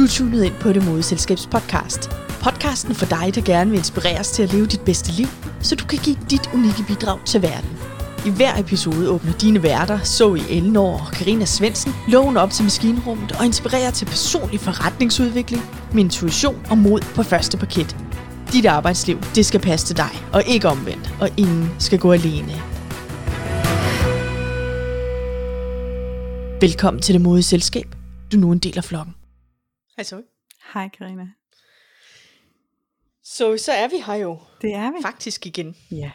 Du er tunet ind på Det Modige Selskabs podcast. Podcasten for dig, der gerne vil inspireres til at leve dit bedste liv, så du kan give dit unikke bidrag til verden. I hver episode åbner dine værter, Zoe Elnor og Karina Svendsen, lågen op til maskinrummet og inspirerer til personlig forretningsudvikling med intuition og mod på første parket. Dit arbejdsliv, det skal passe til dig, og ikke omvendt, og ingen skal gå alene. Velkommen til Det Modige Selskab. Du er nu en del af flokken. Hej Zoe. Hej Karina. Så er vi her jo. Det er vi. Faktisk igen. Ja.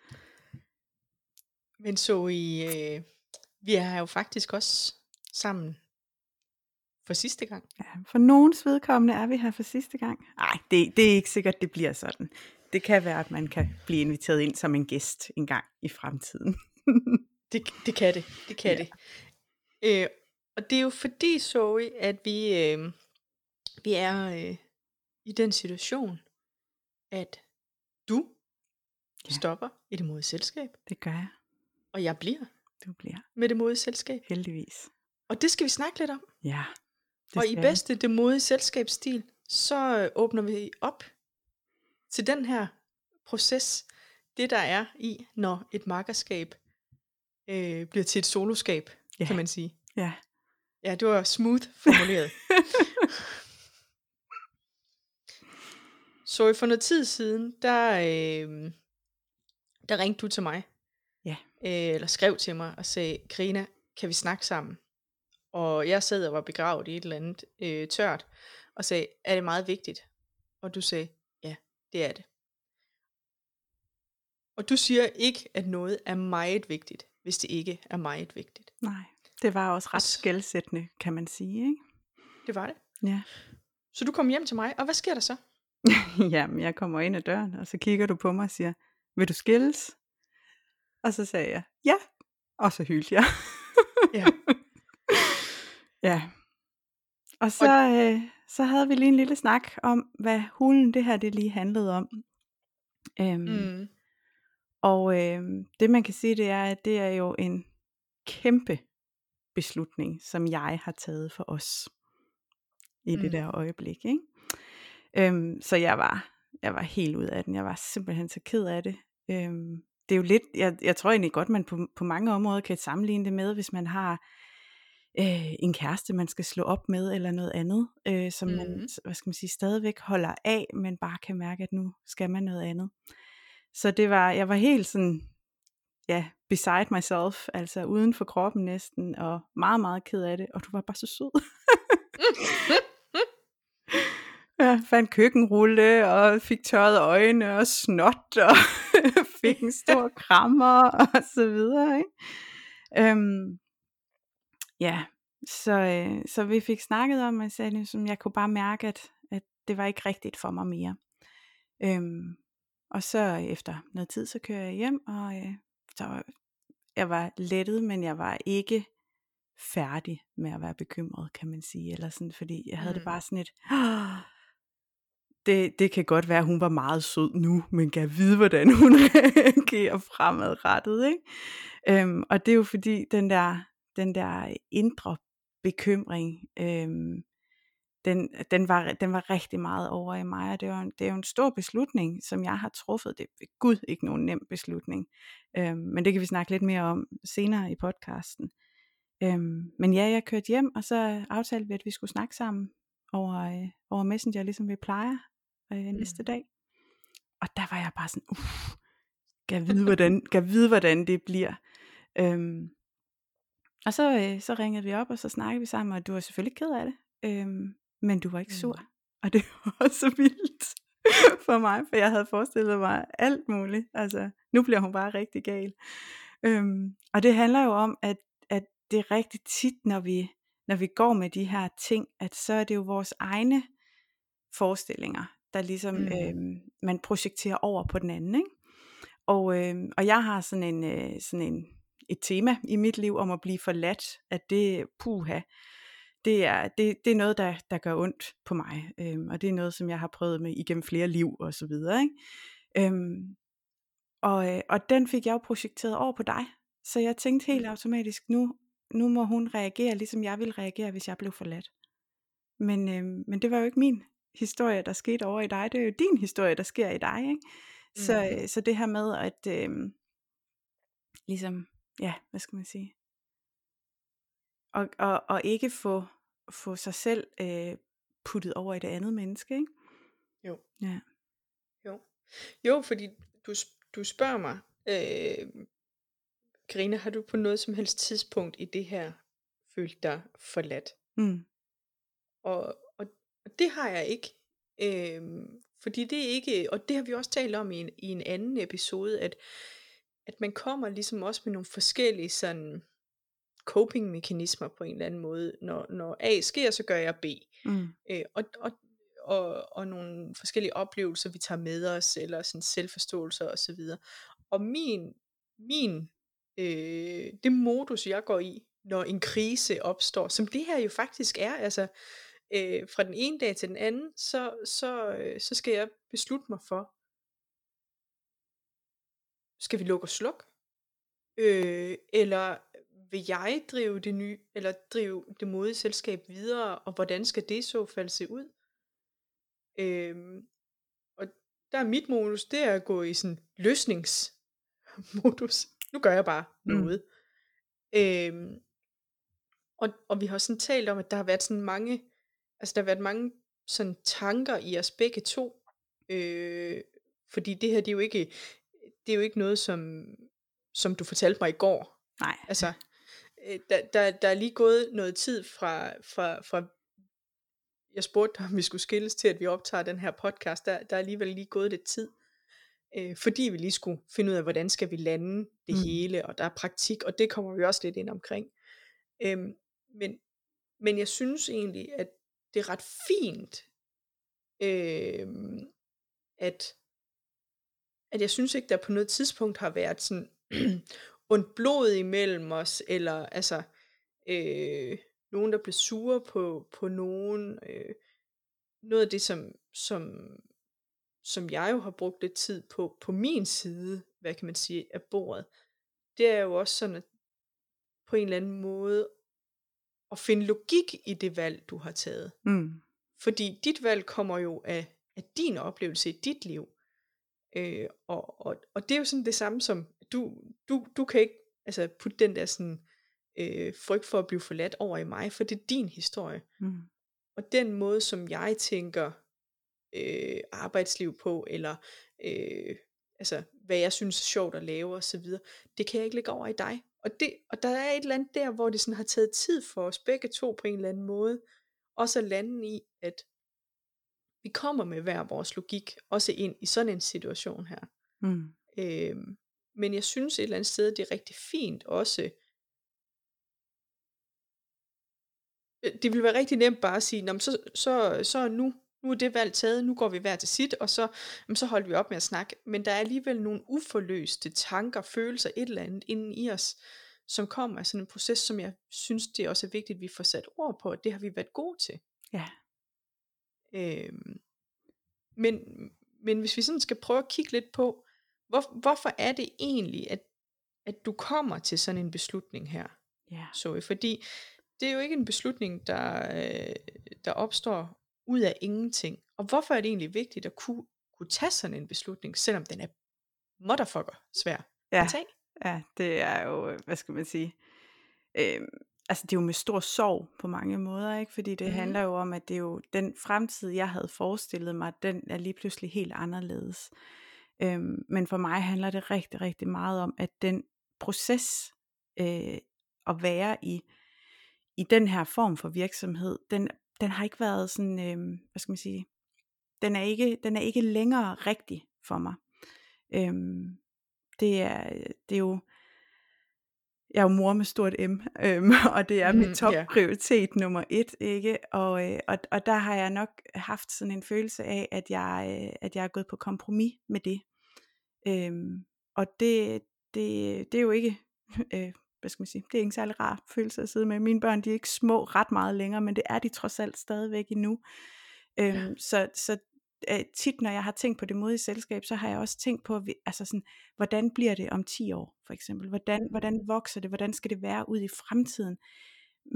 Men vi er jo faktisk også sammen for sidste gang. Ja, for nogens vedkommende er vi her for sidste gang. Nej, det er ikke sikkert, det bliver sådan. Det kan være, at man kan blive inviteret ind som en gæst en gang i fremtiden. Det kan det. Det kan det. Og det er jo fordi, Zoe, at vi er i den situation, at du stopper i Det Modige Selskab. Det gør jeg. Og jeg bliver. Du bliver. Med Det Modige Selskab. Heldigvis. Og det skal vi snakke lidt om. Ja. Og i bedste Det Modige Selskabsstil, så åbner vi op til den her proces. Det der er i, når et makkerskab bliver til et soloskab, kan man sige. Ja. Ja, det var smooth formuleret. Så for noget tid siden, der ringte du til mig. Ja. Eller skrev til mig og sagde, Karina, kan vi snakke sammen? Og jeg sad og var begravet i et eller andet tørt, og sagde, er det meget vigtigt? Og du sagde, ja, det er det. Og du siger ikke, at noget er meget vigtigt, hvis det ikke er meget vigtigt. Nej, det var også ret skelsættende, kan man sige, ikke? Det var det. Ja. Så du kom hjem til mig, og hvad sker der så? Jamen, jeg kommer ind ad døren, og så kigger du på mig og siger, vil du skilles? Og så sagde jeg, ja. Og så hyldte jeg. Ja. Ja. Og så havde vi lige en lille snak om, hvad hulen det her det lige handlede om. Og det man kan sige, det er, at det er jo en kæmpe beslutning, som jeg har taget for os i det der øjeblik, ikke? Så jeg var helt ud af den. Jeg var simpelthen så ked af det. Det er jo lidt, jeg tror egentlig godt, man på mange områder kan sammenligne det med, hvis man har en kæreste, man skal slå op med, eller noget andet, som man, hvad skal man sige, stadigvæk holder af, men bare kan mærke, at nu skal man noget andet. Så jeg var helt sådan, beside myself, altså uden for kroppen næsten, og meget, meget ked af det, og du var bare så sød. Jeg fandt køkkenrulle, og fik tørret øjne, og snot, og fik en stor krammer, og så videre, ikke? Så vi fik snakket om, at jeg kunne bare mærke, at det var ikke rigtigt for mig mere. Og så efter noget tid, så kører jeg hjem, og jeg var lettet, men jeg var ikke færdig med at være bekymret, kan man sige, eller sådan, fordi jeg havde det bare sådan et, det kan godt være, at hun var meget sød nu, men kan vide, hvordan hun reagerer fremadrettet, ikke? Og det er jo fordi, den der indre bekymring, den var rigtig meget over i mig, og det er jo en stor beslutning, som jeg har truffet. Det er ved Gud ikke nogen nem beslutning, men det kan vi snakke lidt mere om senere i podcasten. Men ja, jeg kørte hjem, og så aftalte vi, at vi skulle snakke sammen over Messenger, ligesom vi plejer næste dag. Og der var jeg bare sådan, kan vide, hvordan det bliver. Og så ringede vi op, og så snakkede vi sammen, og du var selvfølgelig ked af det, men du var ikke sur. Og det var også så vildt for mig, for jeg havde forestillet mig alt muligt. Altså, nu bliver hun bare rigtig gal. Og det handler jo om, at det er rigtig tit, når vi går med de her ting, at så er det jo vores egne forestillinger, der ligesom man projekterer over på den anden, ikke? Og jeg har sådan et tema i mit liv om at blive forladt, at det det er noget der gør ondt på mig, og det er noget som jeg har prøvet med igennem flere liv og så videre, ikke? Og den fik jeg jo projekteret over på dig, så jeg tænkte helt automatisk, nu må hun reagere ligesom jeg ville reagere, hvis jeg blev forladt. Men det var jo ikke min historie, der skete over i dig. Det er jo din historie, der sker i dig, ikke? Så det her med at ligesom, ja, hvad skal man sige? Og ikke få sig selv puttet over i det andet menneske, ikke? Jo. Ja. Jo, fordi du spørger mig, Karina, har du på noget som helst tidspunkt i det her følt dig forladt? Og det har jeg ikke. Fordi det er ikke, og det har vi også talt om i en anden episode, at man kommer ligesom også med nogle forskellige sådan coping-mekanismer på en eller anden måde. Når A sker, så gør jeg B. Og nogle forskellige oplevelser, vi tager med os, eller sådan selvforståelser osv. Og det modus, jeg går i, når en krise opstår, som det her jo faktisk er, altså fra den ene dag til den anden, så skal jeg beslutte mig for, skal vi lukke og slukke? Eller vil jeg drive det nye, eller drive det modige selskab videre, og hvordan skal det i så fald se ud? Og der er mit modus, det er at gå i sådan løsningsmodus. Nu gør jeg bare noget. Og vi har sådan talt om, at der har været sådan mange, altså der har været mange sådan tanker i os begge to. Fordi det her, det er jo ikke noget, som du fortalte mig i går. Nej. Altså, der er lige gået noget tid fra jeg spurgte dig, om vi skulle skilles til, at vi optager den her podcast. Der er alligevel lige gået lidt tid. Fordi vi lige skulle finde ud af, hvordan skal vi lande det hele, og der er praktik, og det kommer vi også lidt ind omkring. Men jeg synes egentlig, at det er ret fint, at jeg synes ikke, der på noget tidspunkt har været sådan ondt blod imellem os, eller altså nogen, der blev sure på nogen. Noget af det, som jeg jo har brugt lidt tid på min side, hvad kan man sige, af bordet, det er jo også sådan, at på en eller anden måde, at finde logik i det valg, du har taget. Fordi dit valg kommer jo af din oplevelse i dit liv. Og det er jo sådan det samme som, du kan ikke altså putte den der sådan, frygt for at blive forladt over i mig, for det er din historie. Og den måde, som jeg tænker arbejdsliv på, eller altså hvad jeg synes er sjovt at lave og så videre, det kan jeg ikke lægge over i dig. Og der er et eller andet der, hvor det sådan har taget tid for os begge to på en eller anden måde, også at lande i, at vi kommer med hver vores logik, også ind i sådan en situation her. Men jeg synes et eller andet sted, det er rigtig fint også. Det vil være rigtig nemt bare at sige, så nu er det valg taget, nu går vi hver til sit, og så holder vi op med at snakke. Men der er alligevel nogle uforløste tanker, følelser, et eller andet inden i os, som kommer af sådan en proces, som jeg synes, det er også vigtigt, at vi får sat ord på, og det har vi været gode til. Ja. Men hvis vi sådan skal prøve at kigge lidt på, hvorfor er det egentlig, at du kommer til sådan en beslutning her? Ja. Zoe? Fordi det er jo ikke en beslutning, der opstår ud af ingenting. Og hvorfor er det egentlig vigtigt at kunne tage sådan en beslutning, selvom den er motherfucker svær at tage? Ja, det er jo, hvad skal man sige, altså det er jo med stor sorg på mange måder, ikke? Fordi det handler jo om, at det er jo den fremtid, jeg havde forestillet mig, den er lige pludselig helt anderledes. Men for mig handler det rigtig, rigtig meget om, at den proces at være i den her form for virksomhed, den har ikke været sådan, hvad skal man sige, den er ikke længere rigtig for mig. Det er jo, jeg er jo mor med stort M, og det er min topprioritet nummer 1, ikke? Og der har jeg nok haft sådan en følelse af, at jeg er gået på kompromis med det. Og det er jo ikke, hvad skal man sige, det er ikke en særlig rar følelse at sidde med. Mine børn, de er ikke små ret meget længere, men det er de trods alt stadigvæk endnu. Så tit når jeg har tænkt på det modige selskab, så har jeg også tænkt på, altså sådan, hvordan bliver det om 10 år for eksempel, hvordan vokser det, hvordan skal det være ud i fremtiden, men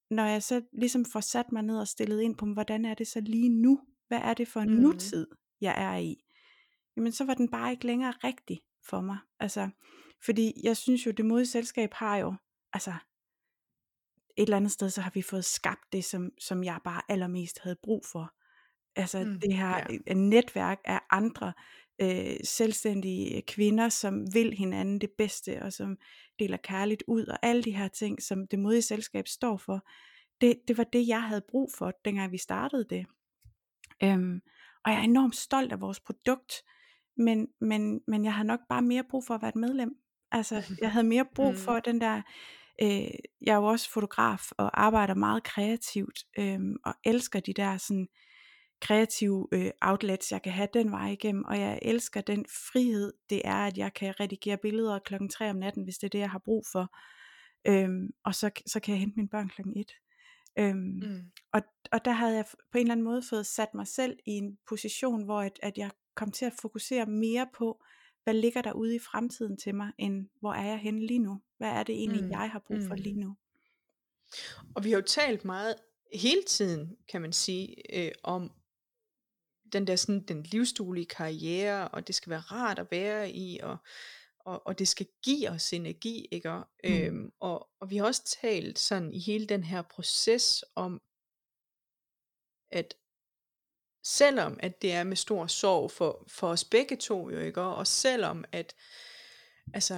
når jeg så ligesom får sat mig ned og stillet ind på, hvordan er det så lige nu? Hvad er det for en Mm. nutid, jeg er i? Jamen så var den bare ikke længere rigtig for mig. Altså, fordi jeg synes jo, det modige selskab har jo, altså et eller andet sted, så har vi fået skabt det, som jeg bare allermest havde brug for. Altså det her netværk af andre selvstændige kvinder, som vil hinanden det bedste, og som deler kærligt ud, og alle de her ting, som det modige selskab står for. Det var det, jeg havde brug for, dengang vi startede det. Og jeg er enormt stolt af vores produkt, men jeg havde nok bare mere brug for at være et medlem. Altså jeg havde mere brug for den der, jeg er jo også fotograf og arbejder meget kreativt, og elsker de der sådan kreative outlets, jeg kan have den vej igennem, og jeg elsker den frihed, det er, at jeg kan redigere billeder 3:00 om natten, hvis det er det, jeg har brug for, og så kan jeg hente mine børn 1:00. Og der havde jeg på en eller anden måde fået sat mig selv i en position, hvor at jeg kom til at fokusere mere på, hvad ligger der ude i fremtiden til mig, end hvor er jeg henne lige nu? Hvad er det egentlig, jeg har brug for lige nu? Og vi har jo talt meget hele tiden, kan man sige, om den livsduelige karriere, og det skal være rart at være i, og det skal give os energi, ikke? Og vi har også talt sådan i hele den her proces om, at selvom at det er med stor sorg for os begge to, jo, ikke? Og selvom at, altså,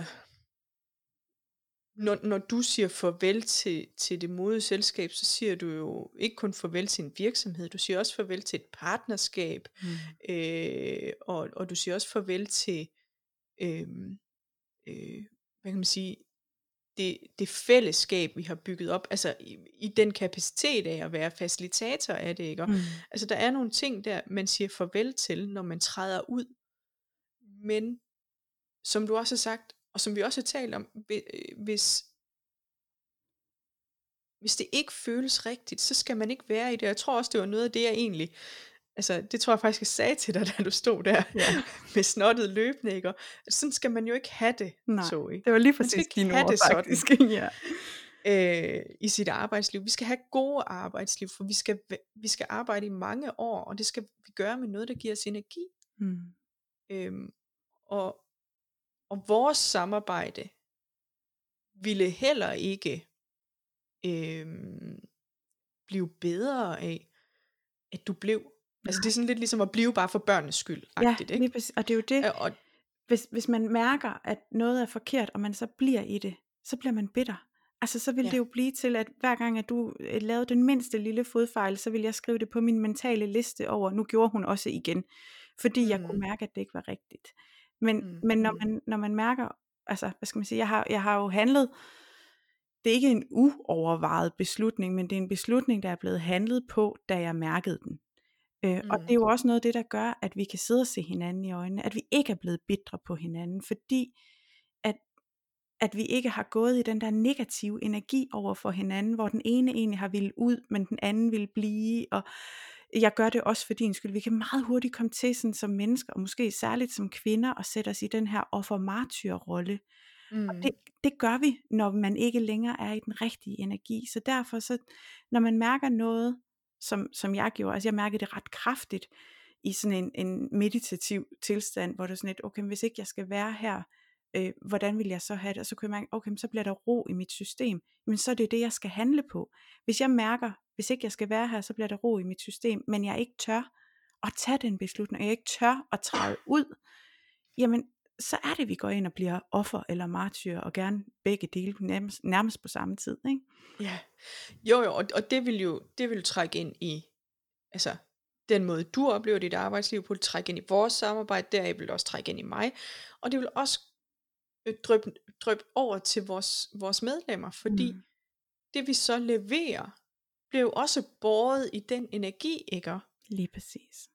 når du siger farvel til det modige selskab, så siger du jo ikke kun farvel til en virksomhed, du siger også farvel til et partnerskab, og du siger også farvel til, hvad kan man sige, det fællesskab, vi har bygget op, altså i den kapacitet af at være facilitator af det, ikke? Altså der er nogle ting der, man siger farvel til, når man træder ud, men som du også har sagt, og som vi også har talt om, hvis det ikke føles rigtigt, så skal man ikke være i det. Jeg tror også, det var noget af det, jeg egentlig, altså det tror jeg faktisk, jeg sagde til dig, da du stod der med snottet løbende, ikke? Sådan skal man jo ikke have det, Zoe. Det var lige præcis dine ord, faktisk. I sit arbejdsliv. Vi skal have gode arbejdsliv, for vi skal arbejde i mange år, og det skal vi gøre med noget, der giver os energi. Og vores samarbejde ville heller ikke blive bedre af, at du blev. Altså det er sådan lidt ligesom at blive bare for børnenes skyld. Ikke? Lige præcis. Og det er jo det, hvis man mærker, at noget er forkert, og man så bliver i det, så bliver man bitter. Altså så vil det jo blive til, at hver gang at du lavede den mindste lille fodfejl, så vil jeg skrive det på min mentale liste over, nu gjorde hun også igen, fordi jeg kunne mærke, at det ikke var rigtigt. Men når man mærker, altså hvad skal man sige, jeg har jo handlet, det er ikke en uovervejet beslutning, men det er en beslutning, der er blevet handlet på, da jeg mærkede den. Og det er jo også noget af det, der gør, at vi kan sidde og se hinanden i øjnene, at vi ikke er blevet bitre på hinanden, fordi at vi ikke har gået i den der negative energi over for hinanden, hvor den ene egentlig har ville ud, men den anden vil blive, og jeg gør det også for din skyld. Vi kan meget hurtigt komme til sådan, som mennesker, og måske særligt som kvinder, og sætte os i den her offer-martyr-rolle. Og det gør vi, når man ikke længere er i den rigtige energi. Så derfor, så, når man mærker noget, som jeg gjorde, altså jeg mærkede det ret kraftigt, i sådan en meditativ tilstand, hvor det er sådan et, okay, hvis ikke jeg skal være her, hvordan vil jeg så have det? Og så kunne jeg mærke, okay, så bliver der ro i mit system. Men så er det det, jeg skal handle på. Hvis jeg mærker, hvis ikke jeg skal være her, så bliver der ro i mit system, men jeg ikke tør at tage den beslutning, og jeg ikke tør at træde ud, jamen, så er det, vi går ind og bliver offer eller martyr, og gerne begge dele nærmest på samme tid, ikke? Ja, jo, og det vil trække ind i, altså, den måde du oplever dit arbejdsliv på, det trække ind i vores samarbejde, der vil det også trække ind i mig, og det vil også dryppe over til vores medlemmer, fordi det vi så leverer, bliver jo også båret i den energi, ikke? Lige præcis.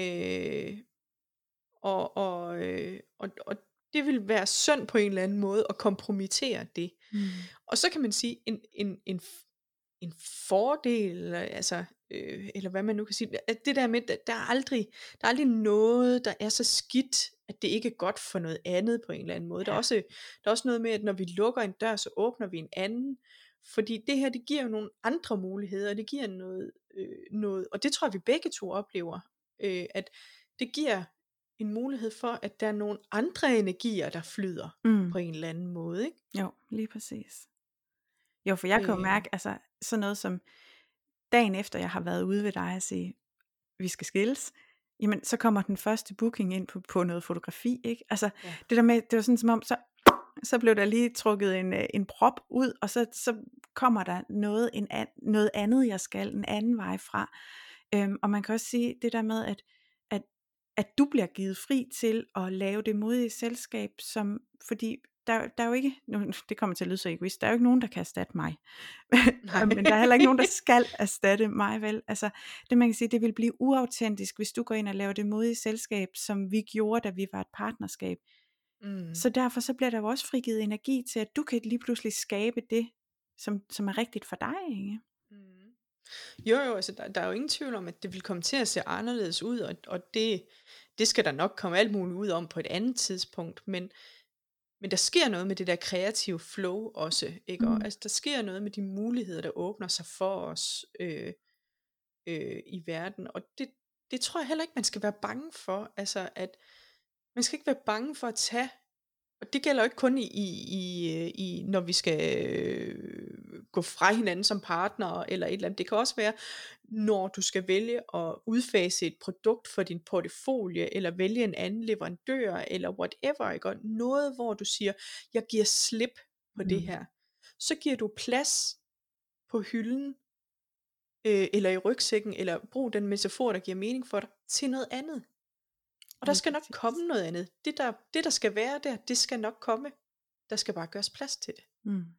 Og det vil være synd på en eller anden måde at kompromittere det. Og så kan man sige en fordel, altså eller hvad man nu kan sige, at det der med, der er aldrig noget, der er så skidt, at det ikke er godt for noget andet på en eller anden måde. Der er også noget med, at når vi lukker en dør, så åbner vi en anden, fordi det her, det giver jo nogle andre muligheder, det giver noget, og det tror jeg, vi begge to oplever, at det giver en mulighed for, at der er nogle andre energier, der flyder på en eller anden måde, ikke? Jo, lige præcis. Jo, for jeg kan jo mærke, altså sådan noget som dagen efter jeg har været ude ved dig og sige, vi skal skilles, jamen så kommer den første booking ind på noget fotografi, ikke? Altså det der med, det var sådan som om, så blev der lige trukket en prop ud, og så kommer der noget andet, jeg skal, en anden vej fra. Og man kan også sige det der med, at du bliver givet fri til at lave det modige selskab, fordi der er jo ikke, det kommer til at lyde så egoist, der er jo ikke nogen, der kan erstatte mig. Men der er heller ikke nogen, der skal erstatte mig, vel? Altså, det man kan sige, det vil blive uautentisk, hvis du går ind og laver det modige selskab, som vi gjorde, da vi var et partnerskab. Så derfor så bliver der jo også frigivet energi til, at du kan lige pludselig skabe det, som er rigtigt for dig, ikke? Jo, altså der er jo ingen tvivl om, at det vil komme til at se anderledes ud, og det skal der nok komme alt muligt ud om på et andet tidspunkt, men der sker noget med det der kreative flow også, ikke? Og, altså der sker noget med de muligheder, der åbner sig for os i verden, og det tror jeg heller ikke, man skal være bange for, altså at man skal ikke være bange for at tage, og det gælder jo ikke kun i når vi skal gå fra hinanden som partner eller et eller andet. Det kan også være, når du skal vælge at udfase et produkt for din portefølje, eller vælge en anden leverandør, eller whatever, ikke? Og noget, hvor du siger, jeg giver slip på det her. Så giver du plads på hylden, eller i rygsækken, eller brug den metafor, der giver mening for dig, til noget andet. Og der skal nok komme noget andet. Det der skal være der, det skal nok komme. Der skal bare gøres plads til det.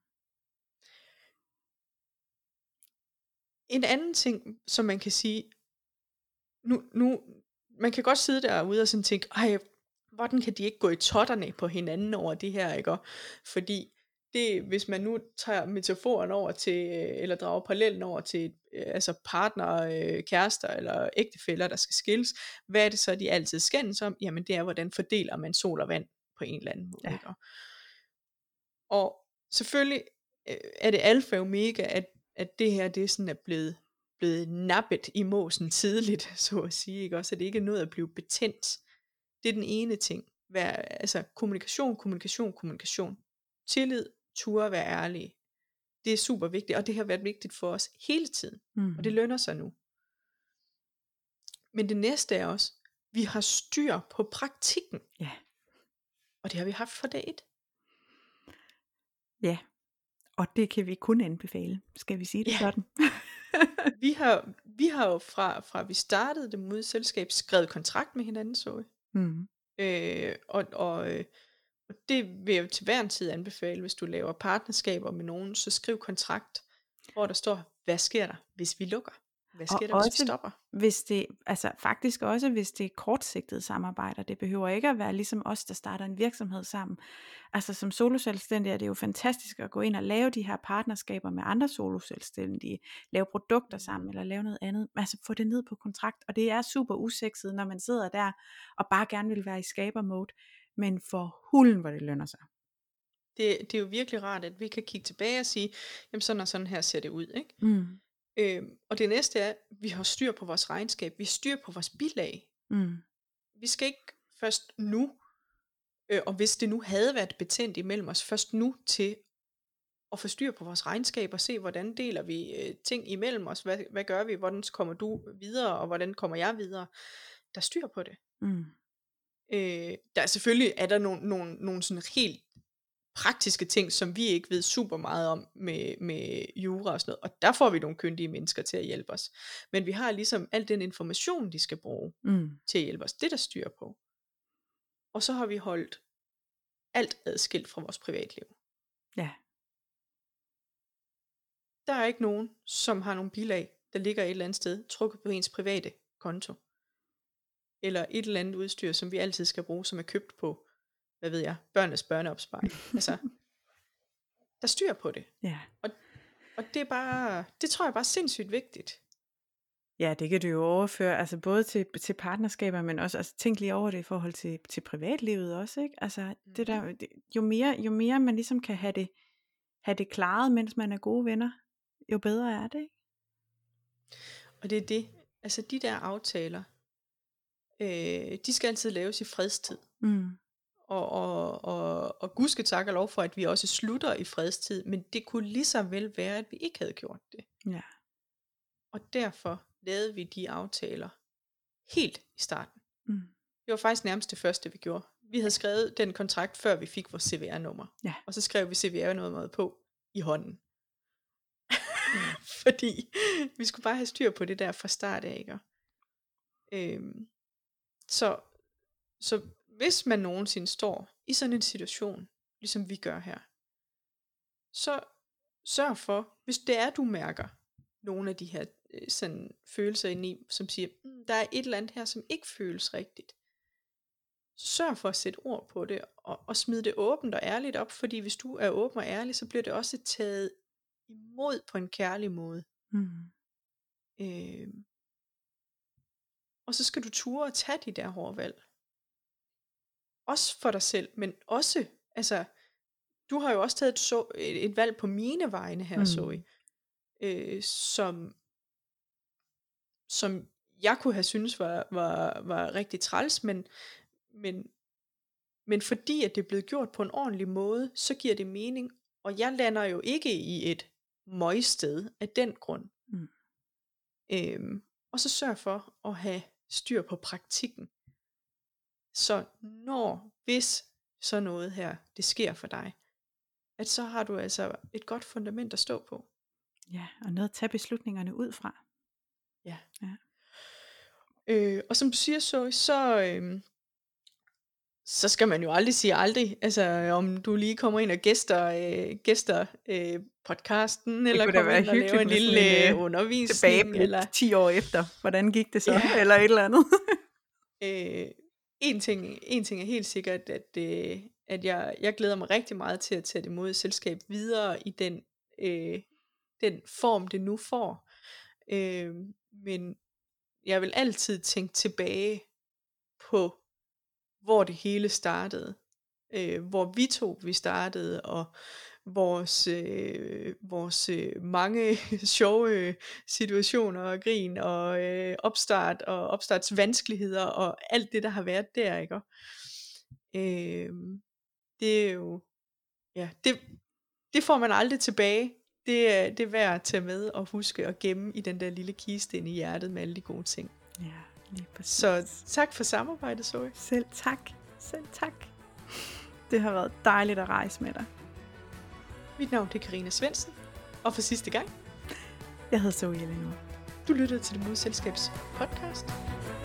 En anden ting, som man kan sige, nu man kan godt sidde derude og sådan tænke, hvordan kan de ikke gå i totterne på hinanden over det her, ikke? Fordi det, hvis man nu tager metaforen over til, eller drager parallellen over til, altså partner, kærester eller ægtefæller, der skal skilles, hvad er det så, de altid skændes om? Jamen det er, hvordan fordeler man sol og vand på en eller anden måde. Ja. Ikke? Og selvfølgelig er det alfa og omega, at det her, det er sådan blevet nappet i måsen tidligt, så at sige, ikke? Også at det ikke er noget at blive betændt. Det er den ene ting. Altså kommunikation. Tillid, turde være ærlige. Det er super vigtigt, og det har været vigtigt for os hele tiden. Og det lønner sig nu. Men det næste er også, vi har styr på praktikken. Ja. Og det har vi haft fra dag 1. Ja, og det kan vi kun anbefale, skal vi sige det sådan. vi har jo fra vi startede det modige selskab, skrevet kontrakt med hinanden, så og det vil jeg jo til hver en tid anbefale, hvis du laver partnerskaber med nogen, så skriv kontrakt, hvor der står, hvad sker der, hvis vi lukker? Hvad sker der, hvis vi stopper? Hvis det, altså faktisk også, hvis det er kortsigtet samarbejder, det behøver ikke at være ligesom os, der starter en virksomhed sammen. Altså som soloselvstændige er det jo fantastisk at gå ind og lave de her partnerskaber med andre soloselvstændige, lave produkter sammen, eller lave noget andet, altså få det ned på kontrakt, og det er super usexet, når man sidder der, og bare gerne vil være i skabermode, men for hulen, hvor det lønner sig. Det er jo virkelig rart, at vi kan kigge tilbage og sige, jamen sådan og sådan her ser det ud, ikke? Og det næste er, at vi har styr på vores regnskab, vi har styr på vores bilag. Vi skal ikke først nu, og hvis det nu havde været betændt imellem os, først nu til at få styr på vores regnskab og se, hvordan deler vi ting imellem os, hvad gør vi, hvordan kommer du videre, og hvordan kommer jeg videre. Der er styr på det. Der er selvfølgelig nogle sådan helt praktiske ting, som vi ikke ved super meget om med jura og sådan noget, og der får vi nogle kyndige mennesker til at hjælpe os. Men vi har ligesom al den information, de skal bruge til at hjælpe os. Det der styr på. Og så har vi holdt alt adskilt fra vores privatliv. Ja. Der er ikke nogen, som har nogle bilag, der ligger et eller andet sted, trukket på ens private konto. Eller et eller andet udstyr, som vi altid skal bruge, som er købt på, hvad ved jeg, børnenes børneopsparing. Altså, der styr på det. Ja. Og det er bare, det tror jeg bare er sindssygt vigtigt. Ja, det kan du jo overføre, altså både til partnerskaber, men også altså, tænk lige over det i forhold til privatlivet også, ikke? Altså det der, jo mere man ligesom kan have det klaret, mens man er gode venner, jo bedre er det, ikke? Og det er det, altså de der aftaler, de skal altid laves i fredstid. Og Gud skal takke og lov for, at vi også slutter i fredstid, men det kunne lige så vel være, at vi ikke havde gjort det. Ja. Og derfor lavede vi de aftaler helt i starten. Det var faktisk nærmest det første, vi gjorde. Vi havde skrevet den kontrakt, før vi fik vores CVR-nummer. Ja. Og så skrev vi CVR-nummeret på i hånden. Fordi vi skulle bare have styr på det der fra start af, ikke? Så hvis man nogensinde står i sådan en situation, ligesom vi gør her, så sørg for, hvis det er, du mærker nogle af de her sådan følelser ind i, som siger, der er et eller andet her, som ikke føles rigtigt. Så sørg for at sætte ord på det, og smide det åbent og ærligt op, fordi hvis du er åben og ærlig, så bliver det også taget imod på en kærlig måde. Og så skal du ture og tage de der hårde valg. Også for dig selv, men også, altså, du har jo også taget et valg på mine vegne her, Zoe, som jeg kunne have synes var rigtig træls, men fordi at det er blevet gjort på en ordentlig måde, så giver det mening, og jeg lander jo ikke i et møgsted af den grund. Og så sørg for at have styr på praktikken. Så hvis så noget her, det sker for dig, at så har du altså et godt fundament at stå på. Ja, og noget at tage beslutningerne ud fra. Ja. Ja. Og som du siger, så skal man jo aldrig sige aldrig. Altså om du lige kommer ind og gæster podcasten, eller kommer ind og laver en lille undervisning. Tilbage eller 10 år efter. Hvordan gik det så? Ja. Eller et eller andet. En ting er helt sikkert, at jeg glæder mig rigtig meget til at tage det mod selskab videre i den form, det nu får. Men jeg vil altid tænke tilbage på, hvor det hele startede. Hvor vi startede, og vores mange sjove situationer og grin og opstart og opstartsvanskeligheder og alt det der har været der, ikke? Det er jo det får man aldrig tilbage. Det er værd at tage med og huske at gemme i den der lille kiste inde i hjertet med alle de gode ting. Ja, lige præcis. Så tak for samarbejdet, Zoe. Selv tak. Det har været dejligt at rejse med dig. Mit navn er Karina Svendsen, og for sidste gang, jeg hedder Zoe Elinor. Du lyttede til Det Modselskabs podcast.